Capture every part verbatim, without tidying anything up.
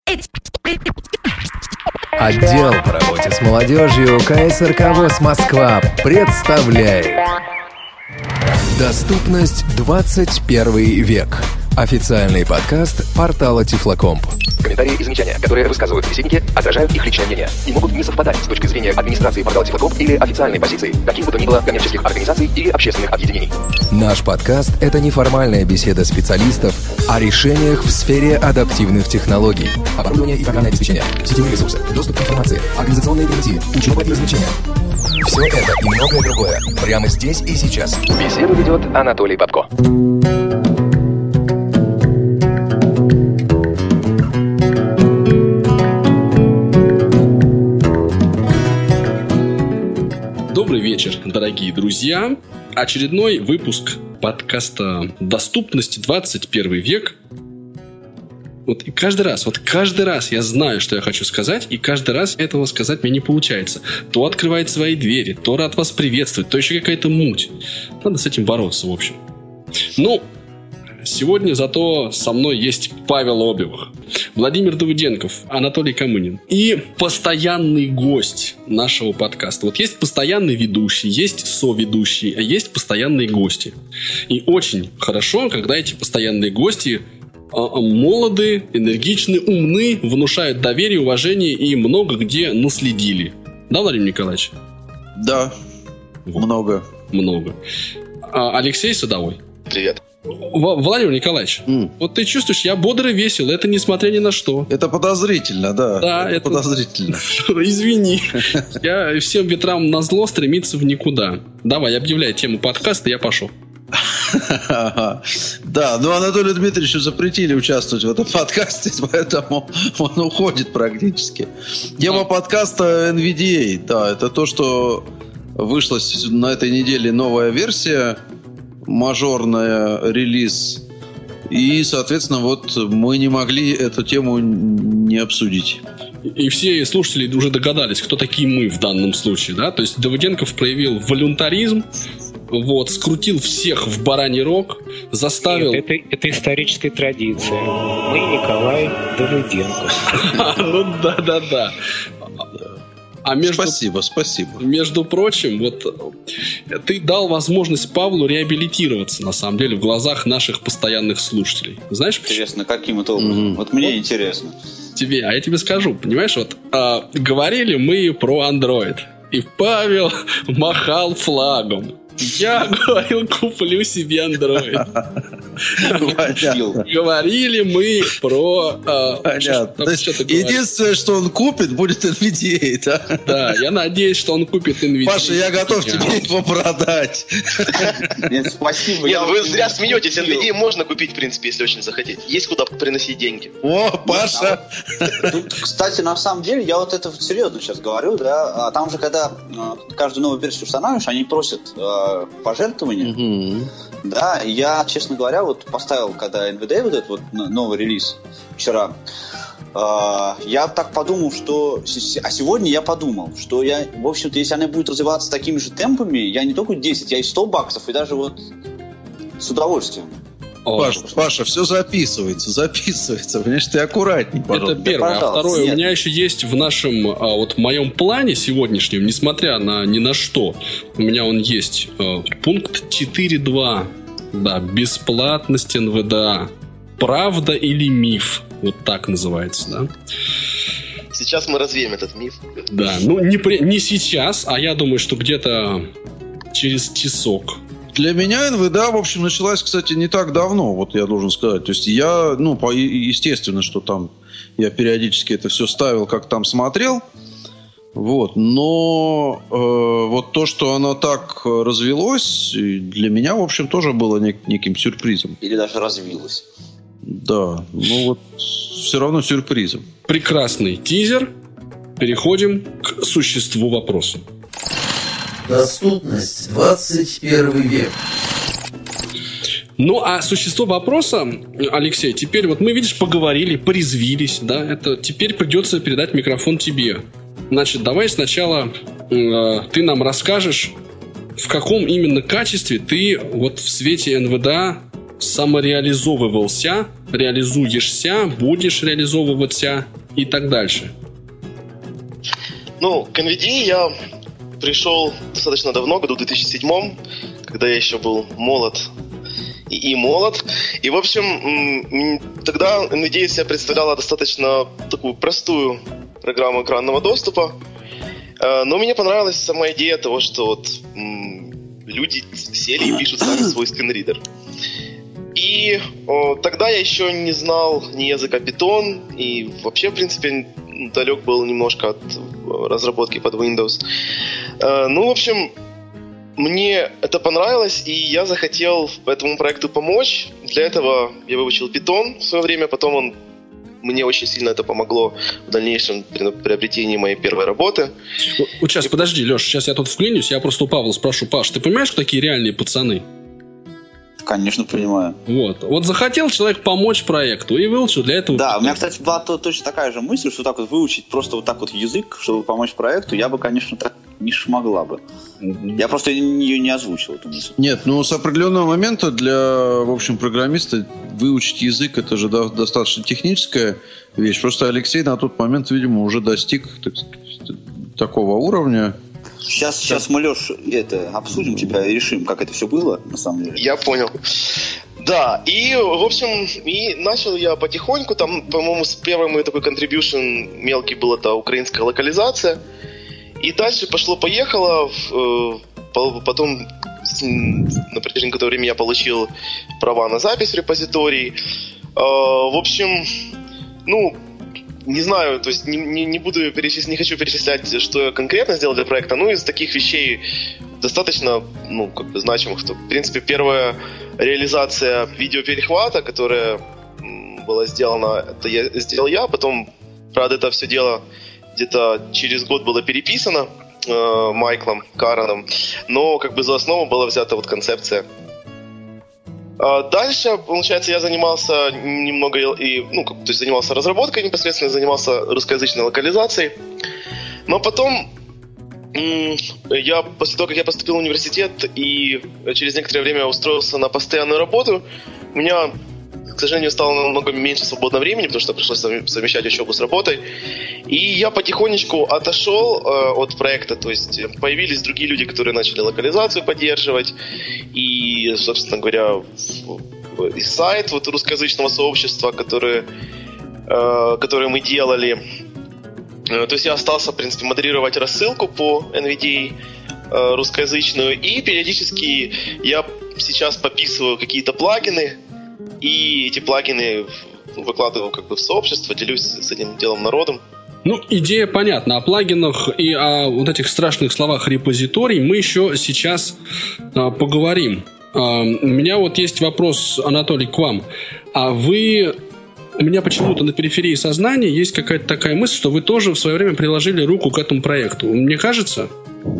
Отдел по работе с молодежью ка эс эр ка ВОС Москва представляет «Доступность двадцать первый век». Официальный подкаст портала Тифлокомп. Комментарии и замечания, которые высказывают собеседники, отражают их личное мнение и могут не совпадать с точки зрения администрации портала Тифлокомп или официальной позиции каких бы то ни было коммерческих организаций или общественных объединений. Наш подкаст – это неформальная беседа специалистов о решениях в сфере адаптивных технологий. Оборудование и программное обеспечение, сетевые ресурсы, доступ к информации, организационные гарантии, учеба и развлечения. Все это и многое другое прямо здесь и сейчас. Беседу ведет Анатолий Бабко. Добрый вечер, дорогие друзья. Очередной выпуск подкаста «Доступность двадцать первый век». Вот и каждый раз, вот каждый раз я знаю, что я хочу сказать, и каждый раз этого сказать мне не получается. То открывает свои двери, то рад вас приветствовать, то еще какая-то муть. Надо с этим бороться, в общем. Ну, сегодня зато со мной есть Павел Обивах, Владимир Давыденков, Анатолий Камынин и постоянный гость нашего подкаста. Вот есть постоянный ведущий, есть соведущий, а есть постоянные гости. И очень хорошо, когда эти постоянные гости молоды, энергичны, умны, внушают доверие, уважение и много где наследили. Да, Владимир Николаевич? Да, вот. много. Много. А Алексей Садовой? Привет. В- Владимир Николаевич, mm. вот ты чувствуешь, я бодро и весел, это несмотря ни на что. Это подозрительно, да. Да, это, это подозрительно. Извини. Я всем ветрам назло стремиться в никуда. Давай, объявляй тему подкаста, я пошел. Да, ну Анатолию Дмитриевичу запретили участвовать в этом подкасте, поэтому он уходит практически. Тема подкаста эн ви ди эй. Да, это то, что вышла на этой неделе новая версия, мажорная, релиз. И, соответственно, вот мы не могли эту тему не обсудить. И все слушатели уже догадались, кто такие мы в данном случае, да? То есть Давыденков проявил волюнтаризм, вот, скрутил всех в бараний рог, заставил... Нет, это, это историческая традиция. Мы Николай Давыденков. Ну да-да-да. А между, спасибо, спасибо. Между прочим, вот ты дал возможность Павлу реабилитироваться, на самом деле, в глазах наших постоянных слушателей. Знаешь почему? Интересно, каким это образом? Mm-hmm. Вот мне вот интересно. Тебе, а я тебе скажу, понимаешь, вот а, говорили мы про Android, и Павел махал флагом. Я говорил, куплю себе Android. Говорили мы про... Понятно. Единственное, что он купит, будет эн ви ди эй, да? Да, я надеюсь, что он купит эн ви ди эй. Паша, я готов тебе его продать. Нет, спасибо. Нет, вы зря смеетесь. эн ви ди эй можно купить, в принципе, если очень захотеть. Есть куда приносить деньги. О, Паша! Кстати, на самом деле, я вот это серьезно сейчас говорю, да. Там же, когда каждую новую версию устанавливаешь, они просят пожертвования. Mm-hmm. Да, я, честно говоря, вот поставил, когда эн ви ди эй вот этот вот новый релиз вчера, э, я так подумал, что... А сегодня я подумал, что я, в общем-то, если она будет развиваться такими же темпами, я не только десять, я и сто баксов, и даже вот с удовольствием. Паша, Паша, все записывается, записывается. Понимаешь, ты аккуратней, пожалуйста. Это первое. Да, а второе, нет. У меня еще есть в нашем, а, вот в моем плане сегодняшнем, несмотря на ни на что, у меня он есть, а, пункт четыре два. Да, бесплатность эн вэ дэ а. Правда или миф? Вот так называется, да? Сейчас мы развеем этот миф. Да, ну не, при, не сейчас, а я думаю, что где-то через часок. Для меня эн вэ дэ а, в общем, началась, кстати, не так давно, вот я должен сказать. То есть я, ну, по, естественно, что там я периодически это все ставил, как там смотрел. Вот, но э, вот то, что оно так развелось, для меня, в общем, тоже было нек- неким сюрпризом. Или даже развилось. Да, ну вот все равно сюрпризом. Прекрасный тизер. Переходим к существу вопроса. Доступность двадцать первый век. Ну, а существо вопроса, Алексей, теперь вот мы, видишь, поговорили, порезвились, да, это теперь придется передать микрофон тебе. Значит, давай сначала э, ты нам расскажешь, в каком именно качестве ты вот в свете эн вэ дэ а самореализовывался, реализуешься, будешь реализовываться и так дальше? Ну, к эн ви ди эй я пришел достаточно давно, году в две тысячи седьмом, когда я еще был молод и, и молод. И, в общем, тогда эн ви ди эй себя представляла достаточно такую простую программу экранного доступа. Но мне понравилась сама идея того, что вот люди сели и пишут сами свой скринридер. И о, тогда я еще не знал ни языка Python, и вообще, в принципе, далек был немножко от разработки под Windows. Э, ну, в общем, мне это понравилось, и я захотел этому проекту помочь. Для этого я выучил Python в свое время, потом он, мне очень сильно это помогло в дальнейшем при приобретении моей первой работы. Вот сейчас, подожди, Леш, сейчас я тут вклинюсь, я просто у Павла спрошу. Паш, ты понимаешь, кто такие реальные пацаны? Конечно, понимаю. Вот. Вот захотел человек помочь проекту и выучил для этого. Да, у меня, кстати, была точно такая же мысль, что так вот выучить просто вот так вот язык, чтобы помочь проекту, я бы, конечно, так не смогла бы. Я просто ее не озвучил, эту мысль. Нет, ну с определенного момента для, в общем, программиста выучить язык — это же до- достаточно техническая вещь. Просто Алексей на тот момент, видимо, уже достиг, так сказать, такого уровня. Сейчас, сейчас мы, Леш, это, обсудим тебя и решим, как это все было, на самом деле. Я понял. Да, и, в общем, и начал я потихоньку, там, по-моему, первый мой такой contribution мелкий был, это украинская локализация. И дальше пошло-поехало, потом на протяжении которого времени я получил права на запись в репозиторий. В общем, ну... Не знаю, то есть не, не, не буду перечислять, не хочу перечислять, что я конкретно сделал для проекта, но из таких вещей достаточно, ну, как бы значимых, что, в принципе, первая реализация видеоперехвата, которая м, была сделана, это я, сделал я, потом, правда, это все дело где-то через год было переписано э, Майклом Караном, но как бы за основу была взята вот концепция. Дальше, получается, я занимался немного и, ну, то есть занимался разработкой непосредственно, занимался русскоязычной локализацией. Но потом я, после того, как я поступил в университет и через некоторое время устроился на постоянную работу, у меня, к сожалению, стало намного меньше свободного времени, потому что пришлось совмещать учебу с работой. И я потихонечку отошел э, от проекта, то есть появились другие люди, которые начали локализацию поддерживать. И, собственно говоря, и сайт вот русскоязычного сообщества, который, э, который мы делали. Э, то есть я остался, в принципе, модерировать рассылку по эн ви ди эй э, русскоязычную. И периодически я сейчас подписываю какие-то плагины. И эти плагины выкладываю как бы в сообщество, делюсь с этим делом народом. Ну, идея понятна. О плагинах и о вот этих страшных словах репозиторий мы еще сейчас а, поговорим. А, у меня вот есть вопрос, Анатолий, к вам. А вы... У меня почему-то на периферии сознания есть какая-то такая мысль, что вы тоже в свое время приложили руку к этому проекту. Мне кажется?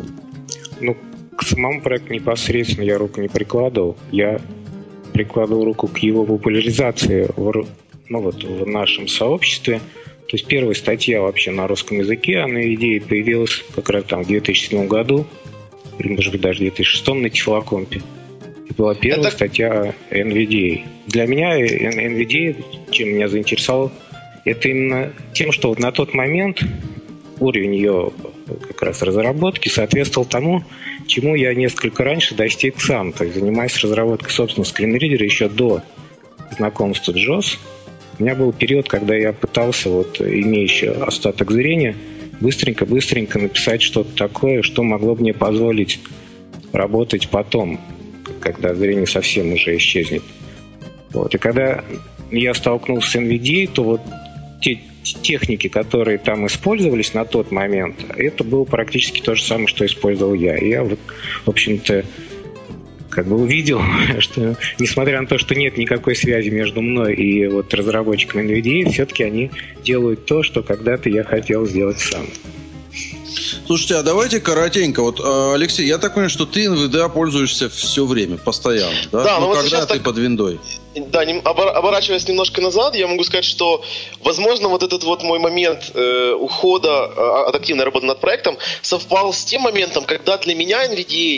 Ну, к самому проекту непосредственно я руку не прикладывал. Я прикладывал руку к его популяризации в, ну, вот, в нашем сообществе. То есть первая статья вообще на русском языке, она, идея появилась как раз там в две тысячи седьмом году, или, может быть, даже в две тысячи шестом на Тифлокомпе. Это была первая Это... статья эн ви ди эй. Для меня эн ви ди эй, чем меня заинтересовал, это именно тем, что вот на тот момент уровень ее как раз разработки соответствовал тому, чему я несколько раньше достиг сам. То есть занимаясь разработкой собственного скринридера еще до знакомства с джос. У меня был период, когда я пытался, вот, имея еще остаток зрения, быстренько-быстренько написать что-то такое, что могло бы мне позволить работать потом, когда зрение совсем уже исчезнет. Вот. И когда я столкнулся с эн ви ди эй, то вот те техники, которые там использовались на тот момент, это было практически то же самое, что использовал я. И я, вот, в общем-то, как бы увидел, что несмотря на то, что нет никакой связи между мной и вот разработчиком эн ви ди эй, все-таки они делают то, что когда-то я хотел сделать сам. Слушайте, а давайте коротенько. Вот, Алексей, я так понимаю, что ты эн ви ди эй пользуешься все время, постоянно, да? Да, ну, вот когда ты так... под виндой? Да, не, оборачиваясь немножко назад, я могу сказать, что, возможно, вот этот вот мой момент э, ухода э, от активной работы над проектом совпал с тем моментом, когда для меня эн ви ди эй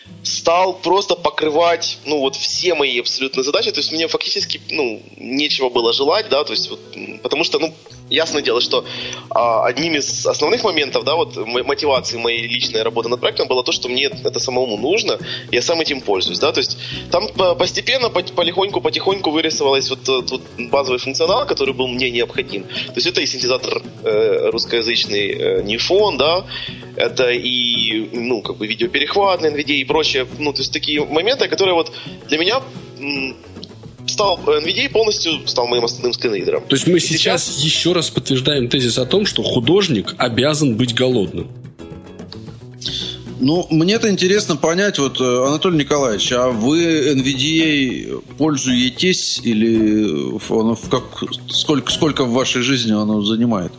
стал просто покрывать, ну, вот все мои абсолютно задачи, то есть мне фактически, ну, нечего было желать, да, то есть вот, потому что, ну, ясное дело, что а, одним из основных моментов, да, вот мотивации моей личной работы над проектом было то, что мне это самому нужно, я сам этим пользуюсь, да, то есть там постепенно, полегоньку, потихоньку вырисовалась вот тот базовый функционал, который был мне необходим, то есть это и синтезатор э, русскоязычный э, Nifon, да, это и, ну, как бы видеоперехват на эн ви ди эй и прочее, ну, то есть такие моменты, которые вот для меня м- стал эн ви ди эй полностью стал моим основным скринридером. То есть мы сейчас, сейчас еще раз подтверждаем тезис о том, что художник обязан быть голодным. Ну, мне-то интересно понять, вот, Анатолий Николаевич, а вы эн ви ди эй пользуетесь или оно в как, сколько, сколько в вашей жизни оно занимает?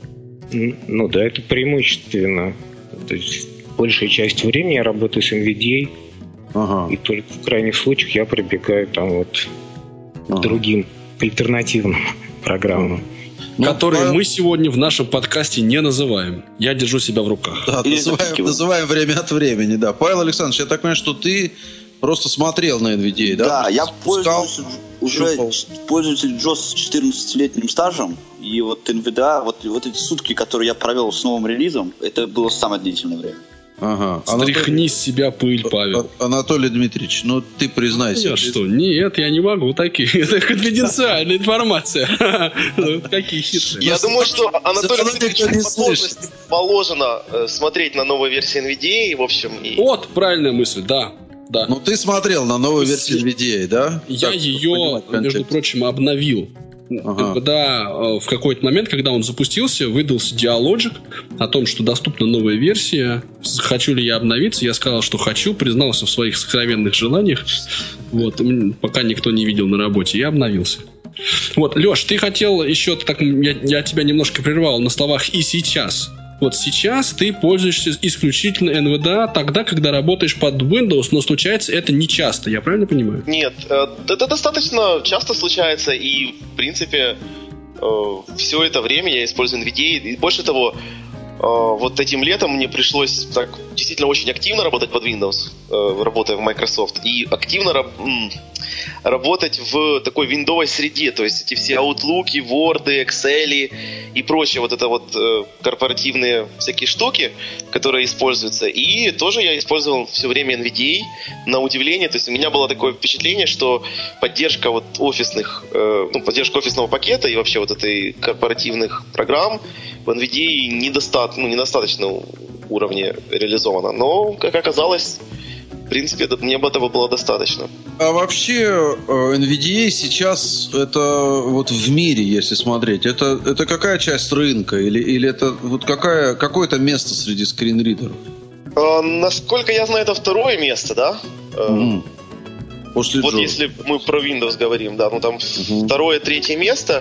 Ну да, это преимущественно. То есть большая часть времени я работаю с эн ви ди эй, ага. И только в крайних случаях я прибегаю там вот ага. к другим альтернативным программам. Ну, которые по... мы сегодня в нашем подкасте не называем. Я держу себя в руках. Да, называем, называем время от времени, да. Павел Александрович, я так понимаю, что ты просто смотрел на эн ви ди эй, да? Да, я пользуюсь уже пользователь джей о эс с четырнадцатилетним стажем. И вот эн ви ди эй, вот, вот эти сутки, которые я провел с новым релизом, это было самое длительное время. Ага. Стряхни с себя пыль, Павел. Анатолий Дмитриевич, ну ты признайся. Я что? Нет, я не могу такие. Это конфиденциальная информация. Какие хитрые. Я думаю, что Анатолий Дмитриевич положено смотреть на новую версию эн ви ди эй, в общем. Вот, правильная мысль, да. Да. Ну ты смотрел на новую версию эн ви ди эй, да? Я ее, между прочим, обновил. Ага. Когда в какой-то момент, когда он запустился, выдался диалогик о том, что доступна новая версия. Хочу ли я обновиться? Я сказал, что хочу, признался в своих сокровенных желаниях. Вот, пока никто не видел на работе, я обновился. Вот, Леш, ты хотел еще, так, я, я тебя немножко прервал на словах «и сейчас». Вот сейчас ты пользуешься исключительно эн ви ди эй тогда, когда работаешь под Windows, но случается это не часто, я правильно понимаю? Нет, это достаточно часто случается, и в принципе все это время я использую эн ви ди эй, и больше того, вот этим летом мне пришлось так действительно очень активно работать под Windows, работая в Microsoft, и активно раб- работать в такой виндовой среде, то есть эти все Outlook, Word, Excel и прочие вот это вот корпоративные всякие штуки, которые используются. И тоже я использовал все время эн ви ди эй, на удивление, то есть у меня было такое впечатление, что поддержка вот офисных, ну, поддержка офисного пакета и вообще вот этой корпоративных программ в эн ви ди эй недостаточно, ну, недостаточно уровне реализовано. Но, как оказалось, в принципе, мне бы этого было достаточно. А вообще эн ви ди эй сейчас это вот в мире, если смотреть, это, это какая часть рынка? Или, или это вот какая, какое-то место среди скринридеров? А, насколько я знаю, это второе место, да? Mm-hmm. После вот Джо. Если мы про Windows говорим, да, ну там mm-hmm. второе, третье место.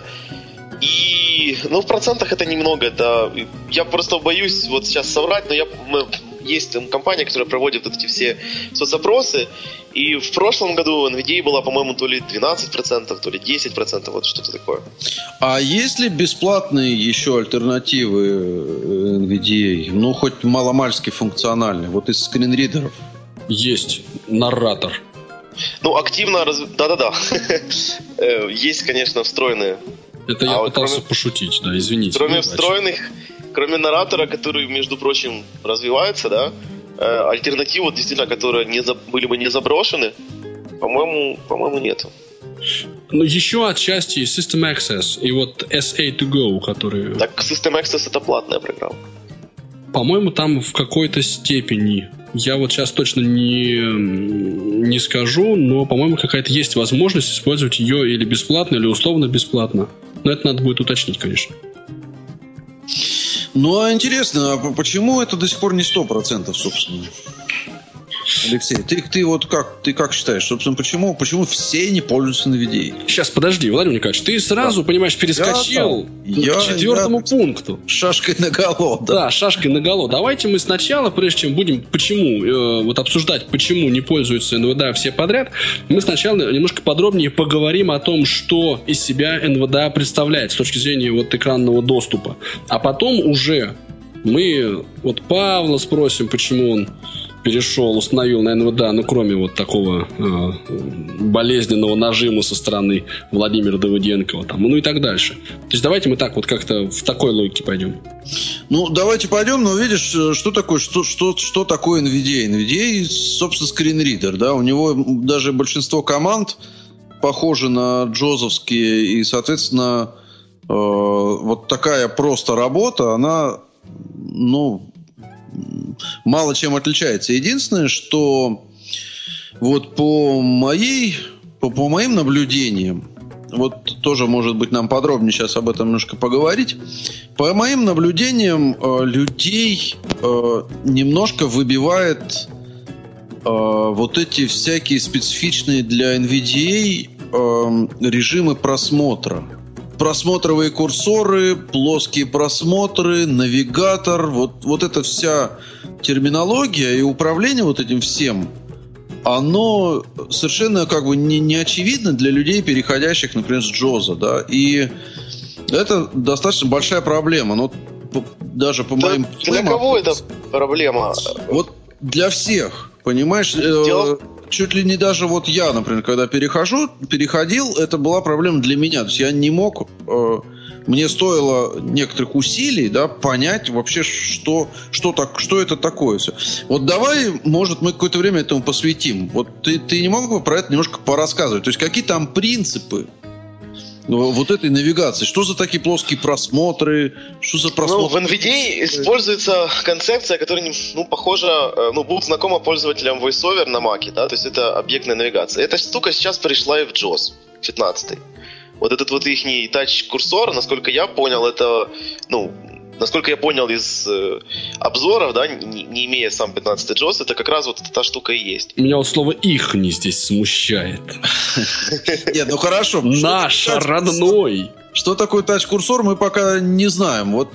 И, ну, в процентах это немного, это... Я просто боюсь вот сейчас соврать, но я... есть компания, которая проводит вот эти все соцопросы, и в прошлом году эн ви ди эй была, по-моему, то ли двенадцать процентов, то ли десять процентов, вот что-то такое. А есть ли бесплатные еще альтернативы эн ви ди эй? Ну, хоть маломальски функциональные, вот из скринридеров? Есть. Нарратор. Ну, активно... Раз... Да-да-да. Есть, конечно, встроенные. Это я а пытался кроме... пошутить, да, извините. Кроме встроенных, кроме наратора, который, между прочим, развивается, да, э, альтернативы, действительно, которые не за... были бы не заброшены, по-моему, по-моему, нету. Ну, еще отчасти System Access и вот эс эй to go, которые... Так, System Access — это платная программа. По-моему, там в какой-то степени. Я вот сейчас точно не, не скажу, но, по-моему, какая-то есть возможность использовать ее или бесплатно, или условно бесплатно. Но это надо будет уточнить, конечно. Ну, а интересно, а почему это до сих пор не сто процентов, собственно? Алексей, ты, ты вот как, ты как считаешь, собственно, почему, почему все не пользуются эн ви ди эй? Сейчас, подожди, Владимир Николаевич, ты сразу, да. понимаешь, перескочил я, к четвертому я, пункту. Шашкой наголо, да. Да, шашкой наголо. Давайте мы сначала, прежде чем будем почему, э, вот обсуждать, почему не пользуются эн ви ди эй все подряд, мы сначала немножко подробнее поговорим о том, что из себя эн ви ди эй представляет с точки зрения вот экранного доступа. А потом уже мы вот Павла спросим, почему он перешел, установил на эн вэ дэ, ну, кроме вот такого э, болезненного нажима со стороны Владимира Давыденкова, там, ну и так дальше. То есть давайте мы так вот как-то в такой логике пойдем. Ну, давайте пойдем, но видишь, что такое, что, что, что такое эн ви ди эй? эн ви ди эй, собственно, скринридер, да, у него даже большинство команд похожи на джозовские, и, соответственно, э, вот такая просто работа, она, ну, мало чем отличается. Единственное, что вот по моей, по, по моим наблюдениям, вот тоже, может быть, нам подробнее сейчас об этом немножко поговорить. По моим наблюдениям, э, людей э, немножко выбивает э, вот эти всякие специфичные для эн ви ди эй э, режимы просмотра. Просмотровые курсоры, плоские просмотры, навигатор, вот, вот эта вся терминология и управление вот этим всем, оно совершенно как бы не, не очевидно для людей, переходящих, например, с джоза, да, и это достаточно большая проблема, но по, даже по да, моим... Для кого это проблема? Вот для всех, понимаешь, Дело... чуть ли не даже вот я, например, когда перехожу, переходил, это была проблема для меня, то есть я не мог... Э, мне стоило некоторых усилий, да, понять вообще, что, что, так, что это такое все. Вот давай, может, мы какое-то время этому посвятим. Вот ты, ты не мог бы про это немножко порассказывать? То есть какие там принципы вот этой навигации? Что за такие плоские просмотры? Что за просмотры? Ну, в эн ви ди эй используется концепция, которая, ну, похожа, ну, будет знакома пользователям VoiceOver на Mac, да, то есть это объектная навигация. Эта штука сейчас пришла и в джоз пятнадцатый. Вот этот вот ихний тач-курсор, насколько я понял, это, ну, насколько я понял из э, обзоров, да, не, не имея сам пятнадцатый джоз, это как раз вот та штука и есть. Меня вот слово «ихний» здесь смущает. Нет, ну хорошо. Наш, родной. Что такое тач-курсор, мы пока не знаем. Вот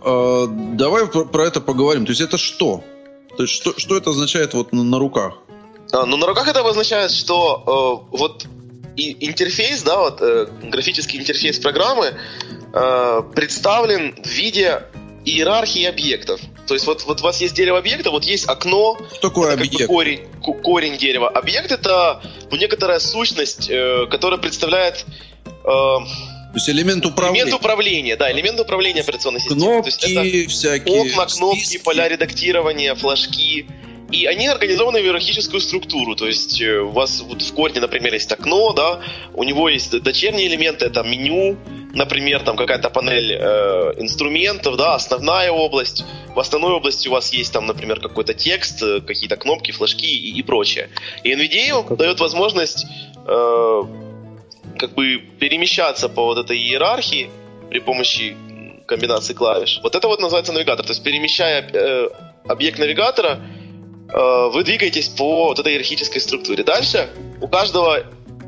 давай про это поговорим. То есть это что? То есть что, что это означает вот на руках? А, ну, на руках это обозначает, что э, вот и интерфейс, да, вот э, графический интерфейс программы э, представлен в виде иерархии объектов. То есть вот, вот у вас есть дерево объекта, вот есть окно. Что такое это объект? Как бы корень, корень дерева. Объект — это, ну, некоторая сущность, э, которая представляет э, то есть элемент управления. Элемент управления, да, элемент управления операционной системы. Кнопки, то есть это всякие. Окна, кнопки, списки. поля редактирования, флажки. И они организованы в иерархическую структуру. То есть у вас вот в корне, например, есть окно, да, у него есть дочерние элементы, это меню, например, там какая-то панель э, инструментов, да, основная область. В основной области у вас есть там, например, какой-то текст, какие-то кнопки, флажки и, и прочее. И эн ви ди эй дает возможность э, как бы перемещаться по вот этой иерархии при помощи комбинации клавиш. Вот это вот называется навигатор. То есть перемещая э, объект навигатора, вы двигаетесь по вот этой иерархической структуре. Дальше у каждого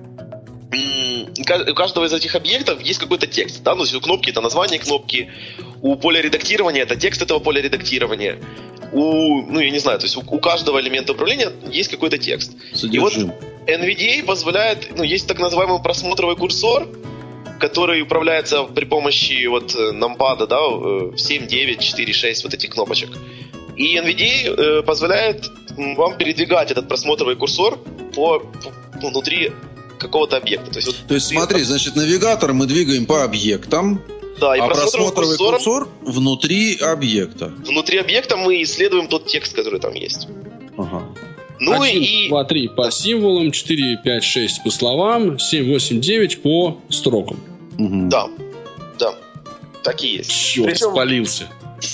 у каждого из этих объектов есть какой-то текст. Да? Ну, то есть у кнопки это название кнопки, у поля редактирования это текст этого поля редактирования. У, ну, я не знаю, то есть у, у каждого элемента управления есть какой-то текст. Содержим. И вот эн ви ди эй позволяет, ну, есть так называемый просмотровый курсор, который управляется при помощи вот нампада, да, семь, девять, четыре, шесть вот этих кнопочек. И эн ви ди эй э, позволяет вам передвигать этот просмотровый курсор по, по ну, внутри какого-то объекта. То есть, вот, То есть смотри, значит, навигатор мы двигаем по объектам, да, и а просмотровый просмотровый курсор курсор внутри объекта. Внутри объекта мы исследуем тот текст, который там есть. Ага. Ну один, и... два, три по символам, четыре, пять, шесть по словам, семь, восемь, девять по строкам. Угу. Да, да, так и есть. Черт, Причем... спалился.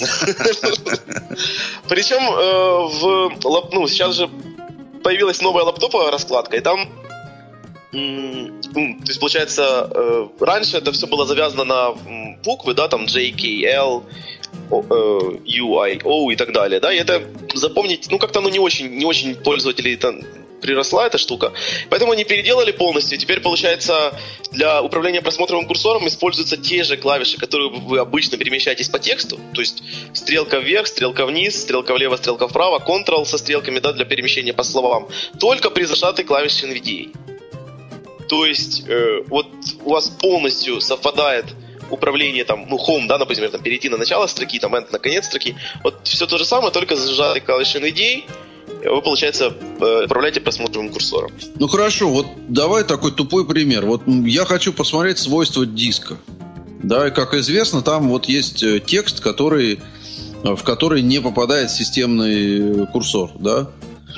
Причем э, в, ну, сейчас же появилась новая лаптоповая раскладка, и там, м- м- то есть получается, э, раньше это все было завязано на м, буквы, да, там J, K, L, O, э, U, I, O и так далее, да, и это запомнить, ну как-то, ну не очень, не очень пользователей там приросла эта штука. Поэтому они переделали полностью. И теперь, получается, для управления просмотровым курсором используются те же клавиши, которые вы обычно перемещаетесь по тексту. То есть стрелка вверх, стрелка вниз, стрелка влево, стрелка вправо, Ctrl со стрелками, да, для перемещения по словам. Только при зажатой клавише эн ви ди эй. То есть э, вот у вас полностью совпадает управление там, ну, home, да, например, там, перейти на начало строки, там, end на конец строки. Вот все то же самое, только с зажатой клавишей эн ви ди эй. вы, получается, управляете просмотровым курсором. Ну хорошо, вот давай такой тупой пример. Вот я хочу посмотреть свойства диска. Да, и как известно, там вот есть текст, который, в который не попадает системный курсор, да?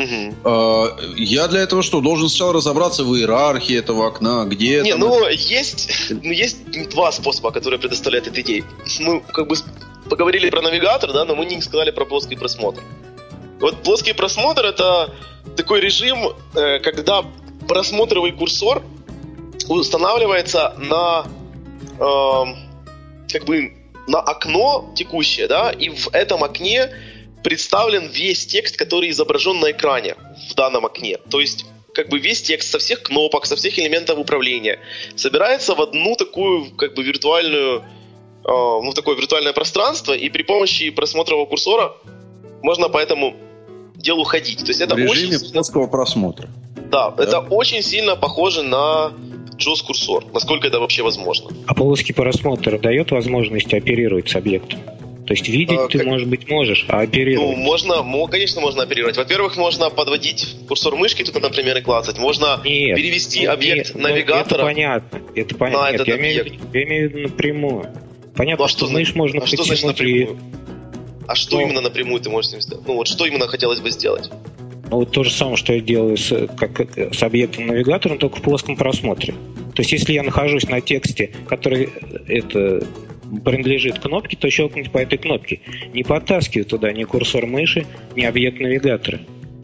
Угу. Я для этого что, должен сначала разобраться в иерархии этого окна, где Не, там... ну есть, ну, есть два способа, которые предоставляют эту идею. Мы как бы поговорили про навигатор, да, но мы не сказали про плоский просмотр. Вот плоский просмотр — это такой режим, когда просмотровый курсор устанавливается на э, как бы на окно текущее, да, и в этом окне представлен весь текст, который изображен на экране в данном окне. То есть как бы весь текст со всех кнопок, со всех элементов управления собирается в одну такую как бы виртуальную, э, ну такое виртуальное пространство, и при помощи просмотрового курсора можно по этому делу ходить. То есть это в режиме очень... плоского просмотра. Да, да, это очень сильно похоже на джоус-курсор, насколько это вообще возможно. А плоский просмотр дает возможность оперировать с объектом? То есть видеть а, ты, как... может быть, можешь, а оперировать? Ну, можно, конечно, можно оперировать. Во-первых, можно подводить курсор мышки туда, например, и клацать. Можно нет, перевести нет, объект нет, навигатора. Это понятно, это понятно. На нет, этот я, объект. имею, я имею в виду напрямую. Понятно, ну, а что, что мышь можно а что значит напрямую? А что Но... именно напрямую ты можешь с ним сделать? Ну вот что именно хотелось бы сделать? Ну вот то же самое, что я делаю с, как, с объектом навигатора, только в плоском просмотре. То есть если я нахожусь на тексте, который это принадлежит кнопке, то щелкнуть по этой кнопке. Не подтаскиваю туда ни курсор мыши, ни объект навигатора.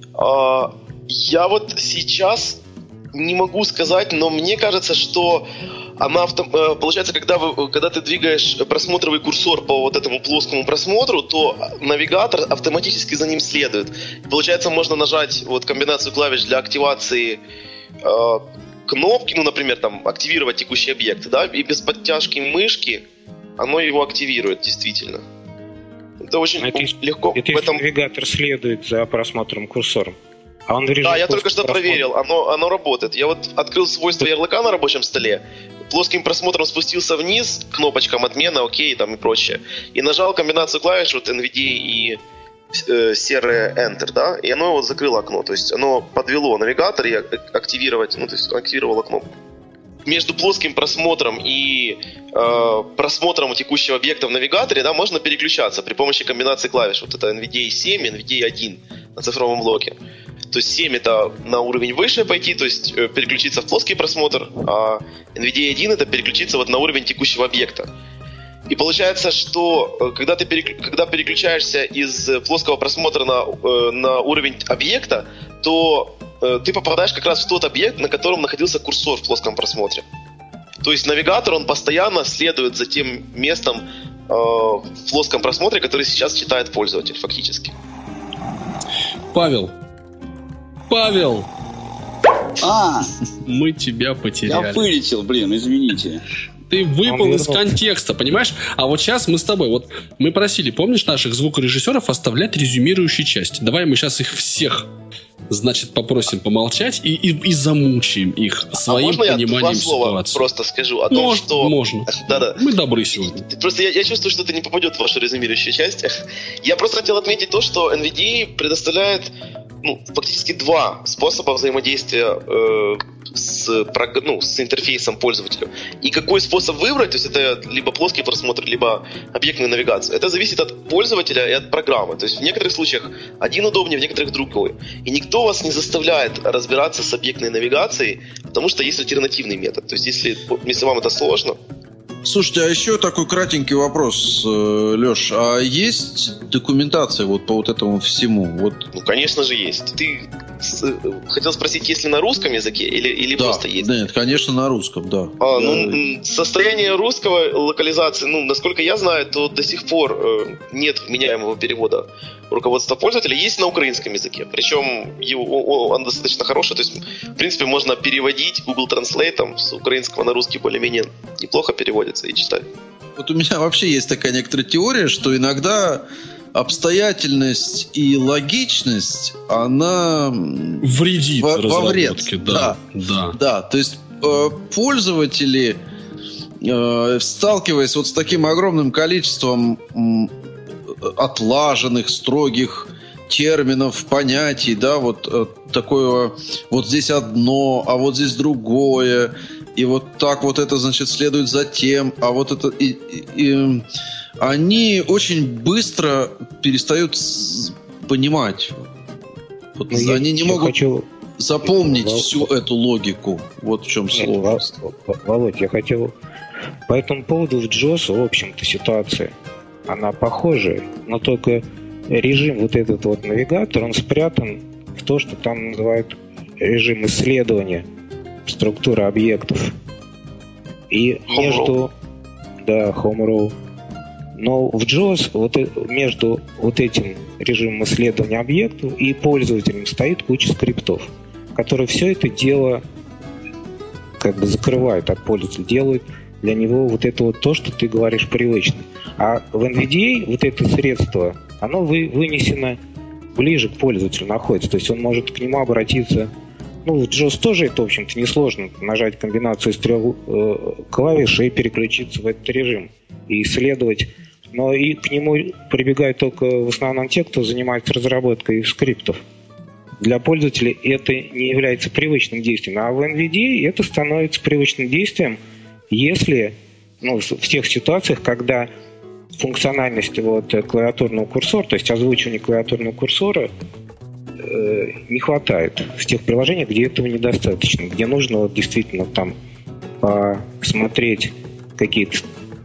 А, я вот сейчас не могу сказать, но мне кажется, что она авто... получается, когда, вы, когда ты двигаешь просмотровый курсор по вот этому плоскому просмотру, то навигатор автоматически за ним следует. Получается, можно нажать вот комбинацию клавиш для активации э, кнопки, ну, например, там, активировать текущий объект, да, и без подтяжки мышки оно его активирует, действительно. Это очень это легко. Это в этом... навигатор следует за просмотром курсором. А он да, я только что просмотр. проверил, оно, оно работает. Я вот открыл свойства ярлыка на рабочем столе, плоским просмотром спустился вниз, кнопочкам отмена, окей, там и прочее, и нажал комбинацию клавиш, вот эн ви ди и э, серое Enter, да, и оно вот закрыло окно, то есть оно подвело навигатор и активировать, ну, то есть активировало кнопку. Между плоским просмотром и э, просмотром текущего объекта в навигаторе, да, можно переключаться при помощи комбинации клавиш. Вот это эн ви ди эй семь, эн ви ди эй один на цифровом блоке. То есть семь это на уровень выше пойти, то есть э, переключиться в плоский просмотр, а эн ви ди эй один это переключиться вот на уровень текущего объекта. И получается, что э, когда ты переклю... когда переключаешься из плоского просмотра на, э, на уровень объекта, то ты попадаешь как раз в тот объект, на котором находился курсор в плоском просмотре. То есть навигатор, он постоянно следует за тем местом э, в плоском просмотре, который сейчас читает пользователь, фактически. Павел! Павел! А! Мы тебя потеряли. Я вылетел, блин, извините. Ты выпал из контекста, понимаешь? А вот сейчас мы с тобой, вот мы просили, помнишь, наших звукорежиссеров оставлять резюмирующие части. Давай мы сейчас их всех, значит, попросим помолчать и, и, и замучаем их своим а пониманием можно я два слова ситуации. Просто скажу о том, можно, что... Можно, Да-да. Мы добры сегодня. Просто я, я чувствую, что это не попадет в вашу резюмирующую часть. Я просто хотел отметить то, что эн ви ди эй предоставляет ну, фактически два способа взаимодействия э, с, ну, с интерфейсом пользователя. И какой способ выбрать, то есть это либо плоский просмотр, либо объектную навигацию, это зависит от пользователя и от программы. То есть в некоторых случаях один удобнее, в некоторых другой. И никто вас не заставляет разбираться с объектной навигацией, потому что есть альтернативный метод. То есть если, если вам это сложно... Слушайте, а еще такой кратенький вопрос, Леш. А есть документация вот по вот этому всему? Вот... Ну, конечно же, есть. Ты хотел спросить, есть ли на русском языке или, или да, просто есть? Нет, конечно, на русском, да. А, да. Ну, состояние русского локализации, ну, насколько я знаю, то до сих пор э, нет вменяемого перевода руководства пользователя. Есть на украинском языке. Причем его, он достаточно хороший. То есть, в принципе, можно переводить Google Translate там, с украинского на русский более-менее неплохо переводится и читать. Вот у меня вообще есть такая некоторая теория, что иногда обстоятельность и логичность, она вредит во, разработке. Во вред. Да, да, да. да. То есть э, пользователи, э, сталкиваясь вот с таким огромным количеством э, отлаженных, строгих терминов, понятий, да, вот э, такое, вот здесь одно, а вот здесь другое, и вот так вот это, значит, следует за тем, а вот это... И, и, и, они очень быстро перестают понимать. Вот ну, они я, не я могут хочу... запомнить Вол... всю эту логику. Вот в чем Нет, слово. Володь, я хотел... По этому поводу в джоз, в общем-то, ситуация, она похожая, но только режим вот этот вот навигатор, он спрятан в то, что там называют режим исследования структуры объектов. И Home между... row. Да, home row. Но в джоз вот между вот этим режимом исследования объектов и пользователем стоит куча скриптов, которые все это дело как бы закрывают от пользователя, делают для него вот это вот то, что ты говоришь, привычно. А в эн ви ди эй вот это средство, оно вы, вынесено ближе к пользователю находится. То есть он может к нему обратиться. Ну, в джоз тоже это, в общем-то, несложно. Нажать комбинацию из трех э, клавиш и переключиться в этот режим. И исследовать. Но и к нему прибегают только в основном те, кто занимается разработкой скриптов. Для пользователей это не является привычным действием. А в эн ви ди эй это становится привычным действием, если, ну, в тех ситуациях, когда функциональность вот клавиатурного курсора, то есть озвучивание клавиатурного курсора э, не хватает. В тех приложениях, где этого недостаточно, где нужно вот действительно там посмотреть какие-то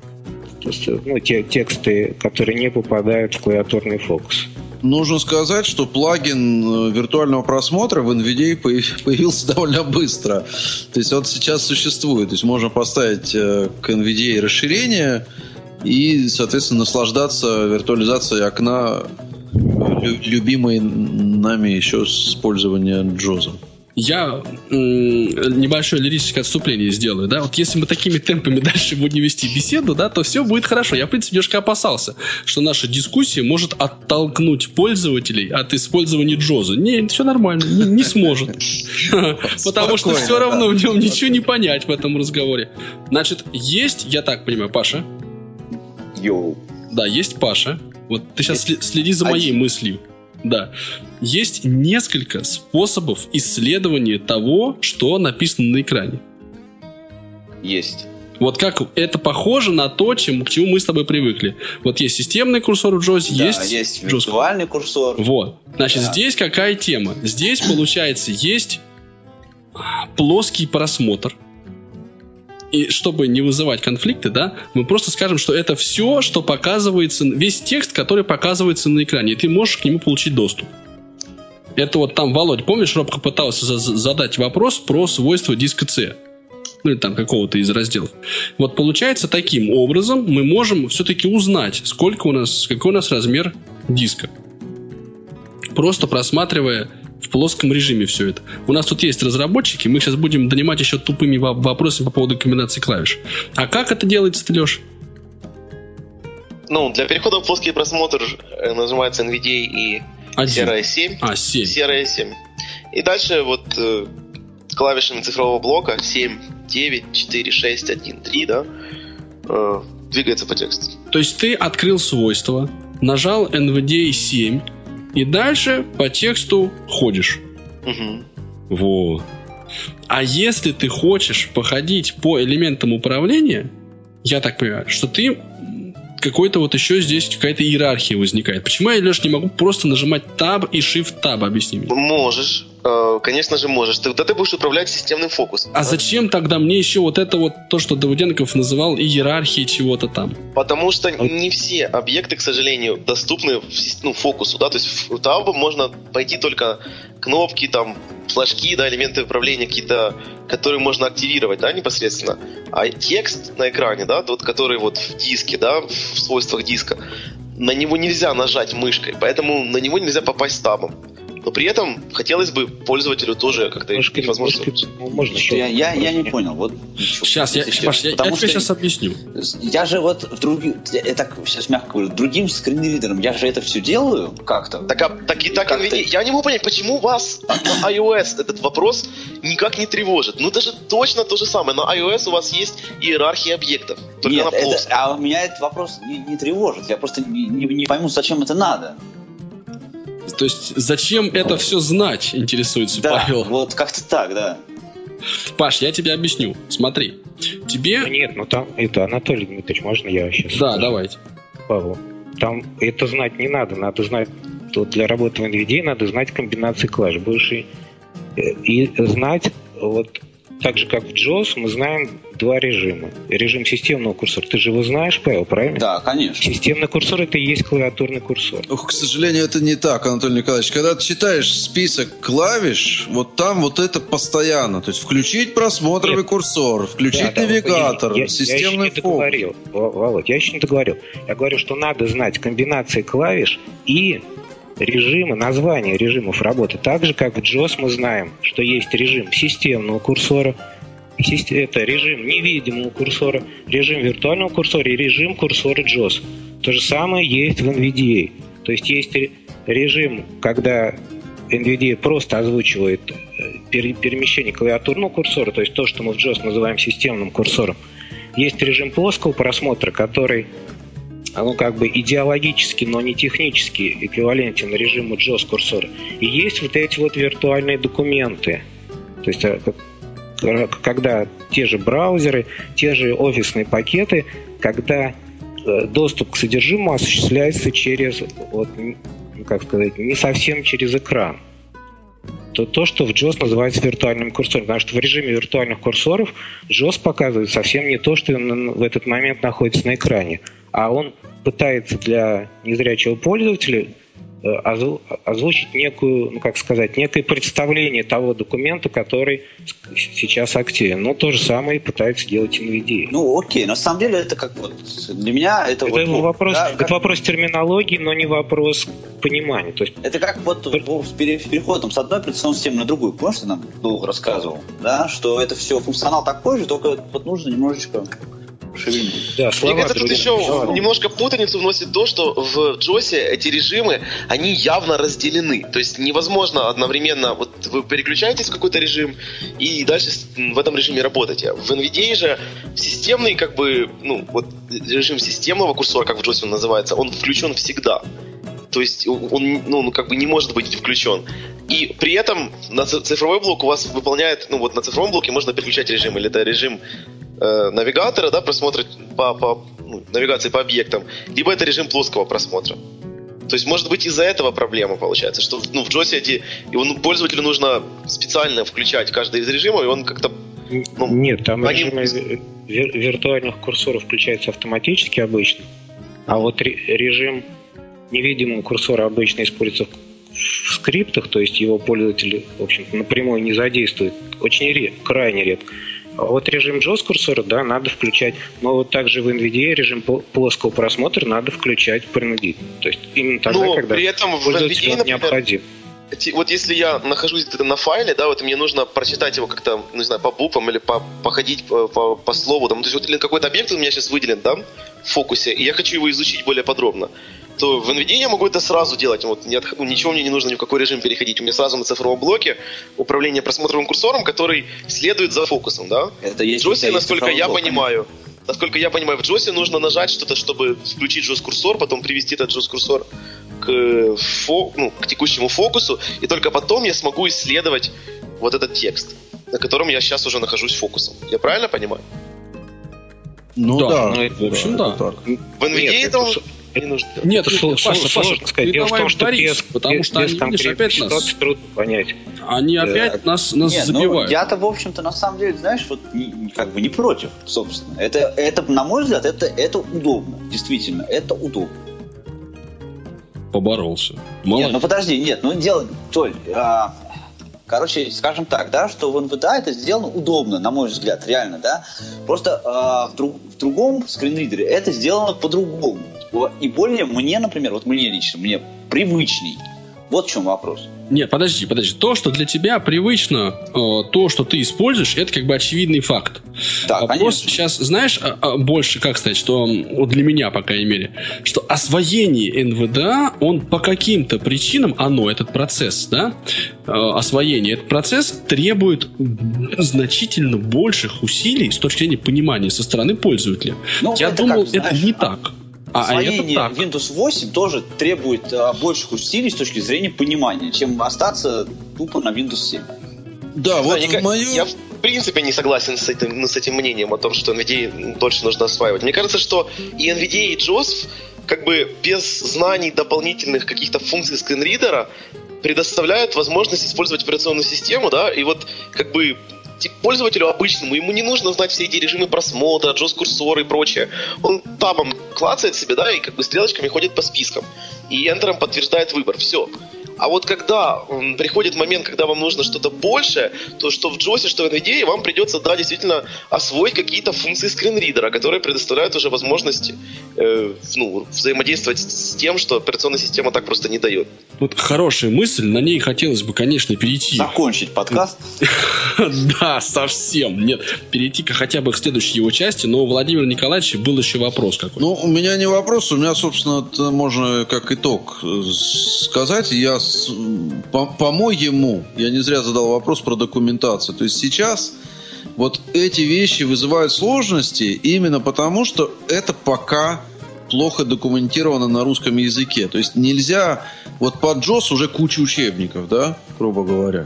ну, те тексты, которые не попадают в клавиатурный фокус. Нужно сказать, что плагин виртуального просмотра в эн ви ди эй появился довольно быстро. То есть он сейчас существует. То есть можно поставить к эн ви ди эй расширение и, соответственно, наслаждаться виртуализацией окна любимой нами еще с использования джоза. Я м- небольшое лирическое отступление сделаю, да, вот если мы такими темпами дальше будем вести беседу, да, то все будет хорошо. Я, в принципе, немножко опасался, что наша дискуссия может оттолкнуть пользователей от использования джоза. Не, все нормально, не, не сможет. Потому что все равно в нем ничего не понять в этом разговоре. Значит, есть, я так понимаю, Паша? Йоу. Да, есть Паша. Вот ты сейчас следи за моей мыслью. Да. Есть несколько способов исследования того, что написано на экране. Есть. Вот как это похоже на то, чем, к чему мы с тобой привыкли. Вот есть системный курсор в джозе, да, есть... есть виртуальный курсор. Вот. Значит, да. Здесь какая тема? Здесь, получается, есть плоский просмотр. И чтобы не вызывать конфликты, да, мы просто скажем, что это все, что показывается, весь текст, который показывается на экране, и ты можешь к нему получить доступ. Это вот там, Володь, помнишь, робко пытался за- задать вопрос про свойства диска C? Ну, или там какого-то из разделов. Вот получается, таким образом мы можем все-таки узнать, сколько у нас, какой у нас размер диска. Просто просматривая в плоском режиме все это. У нас тут есть разработчики, мы сейчас будем донимать еще тупыми вопросами по поводу комбинации клавиш. А как это делается-то, Леш? Ну, для перехода в плоский просмотр нажимается эн ви ди эй и си ар ай семь. А, семь. си ар ай семь. И дальше вот э, клавишами цифрового блока семь, девять, четыре, шесть, один, три, да, э, двигается по тексту. То есть ты открыл свойства, нажал эн ви ди эй семь, и дальше по тексту ходишь. Угу. Вот. А если ты хочешь походить по элементам управления, я так понимаю, что ты какой-то вот еще здесь какая-то иерархия возникает. Почему я, Леш, не могу просто нажимать Tab и Shift-Tab? Объясни мне. Можешь. Конечно же можешь. Тогда ты будешь управлять системным фокусом. А зачем тогда мне еще вот это вот то, что Давыденков называл иерархией чего-то там? Потому что не все объекты, к сожалению, доступны ну, фокусу. Да? То есть в Tab можно пойти только кнопки, там, флажки, да, элементы управления какие-то, которые можно активировать, да, непосредственно. А текст на экране, да, тот, который вот в диске, да, в свойствах диска, на него нельзя нажать мышкой, поэтому на него нельзя попасть табом. Но при этом хотелось бы пользователю тоже как-то иметь возможность. Можно я, я, я не понял. Вот, сейчас, я, Паш, я, я тебе сейчас объясню. Я же вот в других, я так сейчас мягко говорю, другим скринридером я же это все делаю как-то. Так, а, так и так эн ви ди эй. Я не могу понять, почему вас на iOS этот вопрос никак не тревожит. Ну это же точно то же самое. На iOS у вас есть иерархия объектов. Только Нет, на это, а меня этот вопрос не, не тревожит. Я просто не, не, не пойму, зачем это надо. То есть зачем это все знать, интересуется Да, Павел. вот как-то так, да. Паш, я тебе объясню. Смотри, тебе... Ну, нет, ну там, это, Анатолий Дмитриевич, можно я сейчас? Да, скажу? давайте. Павлу. Там это знать не надо. Надо знать, вот для работы в эн ви ди эй надо знать комбинации клавиш. Больше и знать, вот так же, как в джоус, мы знаем два режима. Режим системного курсора. Ты же его знаешь, Павел, правильно? Да, конечно. Системный курсор — это и есть клавиатурный курсор. Ох, к сожалению, это не так, Анатолий Николаевич. Когда ты читаешь список клавиш, вот там вот это постоянно. То есть включить просмотровый Нет. курсор, включить Да, да, навигатор, я, системный я еще не фокус. договорил, Володь, я еще не договорил. Я говорю, что надо знать комбинации клавиш и режимы, названия режимов работы. Так же, как в джоус мы знаем, что есть режим системного курсора, это режим невидимого курсора, режим виртуального курсора и режим курсора джоус. То же самое есть в эн ви ди эй. То есть есть режим, когда эн ви ди эй просто озвучивает перемещение клавиатурного курсора, то есть то, что мы в джоус называем системным курсором. Есть режим плоского просмотра, который, ну, как бы идеологически, но не технически эквивалентен режиму джоус курсора. И есть вот эти вот виртуальные документы. То есть когда те же браузеры, те же офисные пакеты, когда доступ к содержимому осуществляется через, вот, как сказать, не совсем через экран. То, то, что в джоус называется виртуальным курсором. Потому что в режиме виртуальных курсоров джоус показывает совсем не то, что в этот момент находится на экране. А он пытается для незрячего пользователя озвучить некую, ну как сказать, некое представление того документа, который сейчас активен. Ну, то же самое и пытается делать эн ви ди эй. Ну, окей, на самом деле это как вот для меня это, это вот, ну, вопрос, да, это как... вопрос терминологии, но не вопрос понимания. То есть... Это как вот с переходом с одной операционной системы на другую. Помнишь, ты нам долго рассказывал, да, что это все функционал такой же, только вот нужно немножечко шевелить. Да, Мне кажется, тут еще слова. Немножко путаницу вносит то, что в джоусе эти режимы, они явно разделены. То есть невозможно одновременно, вот вы переключаетесь в какой-то режим и дальше в этом режиме работаете. В эн ви ди эй же системный, как бы, ну, вот режим системного курсора, как в джоусе он называется, он включен всегда. То есть он, ну, как бы не может быть включен. И при этом на цифровой блок у вас выполняет, ну вот на цифровом блоке можно переключать режим, или это режим э, навигатора, да, просмотра по, по ну, навигации по объектам, либо это режим плоского просмотра. То есть, может быть, из-за этого проблема получается, что, ну, в джоусе эти, его, ну, пользователю нужно специально включать каждый из режимов, и он как-то... Ну, Нет, там они... режим вир- виртуальных курсоров включается автоматически обычно, а вот ре- режим невидимого курсора обычно используется в скриптах, то есть его пользователи, в общем-то, напрямую не задействуют. Очень редко, крайне редко. А вот режим джоус курсора, да, надо включать. Но вот также в эн ви ди эй режим плоского просмотра надо включать принудительно. То есть именно тогда, но когда при этом в эн ви ди эй, например, необходим. Вот если я нахожусь где-то на файле, да, вот мне нужно прочитать его как-то, не знаю, по буквам или по, походить по, по, по слову, там, то есть вот или какой-то объект у меня сейчас выделен, да, в фокусе, и я хочу его изучить более подробно, то в эн ви ди эй я могу это сразу делать, вот, не от, ничего мне не нужно ни в какой режим переходить, у меня сразу на цифровом блоке управление просмотровым курсором, который следует за фокусом, да. Это есть, в джоусе, насколько я блок, понимаю, насколько я понимаю, в джоусе нужно нажать что-то, чтобы включить джоус-курсор, потом привести этот джоус-курсор к, фо, ну, к текущему фокусу, и только потом я смогу исследовать вот этот текст, на котором я сейчас уже нахожусь фокусом. Я правильно понимаю? Ну да, да, ну, в общем, да. да. В эн ви ди эй это не нужно. Нет, это Паша, сложно, Паша, сложно сказать. Дело в том, что без, потому без, что без они, видишь, опять нас, трудно понять. Они опять нас, нас Нет, забивают. Ну, я-то, в общем-то, на самом деле, знаешь, вот не, как бы не против, собственно. Это, это, на мой взгляд, это, это удобно. Действительно, это удобно. Поборолся. Молодец. Нет, ну подожди, нет, ну дело, Толь, а, короче, скажем так, да, что в эн ви ди эй это сделано удобно, на мой взгляд, реально, да. Просто а, в, друг, в другом скринридере это сделано по-другому. И более мне, например, вот мне лично, мне привычней. Вот в чем вопрос. Нет, подожди, подожди. То, что для тебя привычно, э, то, что ты используешь, это как бы очевидный факт. Да, Вопрос конечно. сейчас, знаешь, а, а, больше, как сказать, что вот для меня, по крайней мере, что освоение эн ви ди эй, он по каким-то причинам, оно, этот процесс, да, э, освоение, этот процесс требует значительно больших усилий с точки зрения понимания со стороны пользователя. Ну, Я это думал, как, это знаешь, не так. А, освоение а Windows восемь тоже требует а, больших усилий с точки зрения понимания, чем остаться тупо на Windows семь. Да, вот я, мою... я в принципе не согласен с этим, с этим мнением о том, что эн ви ди эй дольше нужно осваивать. Мне кажется, что и эн ви ди эй, и джоус как бы без знаний дополнительных каких-то функций скринридера предоставляют возможность использовать операционную систему, да, и вот как бы пользователю обычному, ему не нужно знать все эти режимы просмотра, джоус-курсоры и прочее. Он табом клацает себе, да, и как бы стрелочками ходит по спискам. И энтером подтверждает выбор. Все. А вот когда м, приходит момент, когда вам нужно что-то большее, то что в джоусе, что в эн ви ди эй, вам придется, да, действительно освоить какие-то функции скринридера, которые предоставляют уже возможности э, ну, взаимодействовать с тем, что операционная система так просто не дает. Вот хорошая мысль, на ней хотелось бы, конечно, перейти. Закончить подкаст? Да, совсем. Нет, перейти хотя бы к следующей его части, но у Владимира Николаевича был еще вопрос какой-то. Ну, у меня не вопрос, у меня, собственно, можно как итог сказать. Я, по- по-моему, я не зря задал вопрос про документацию. То есть сейчас вот эти вещи вызывают сложности именно потому, что это пока плохо документировано на русском языке. То есть нельзя... Вот под джоус уже куча учебников, да, грубо говоря.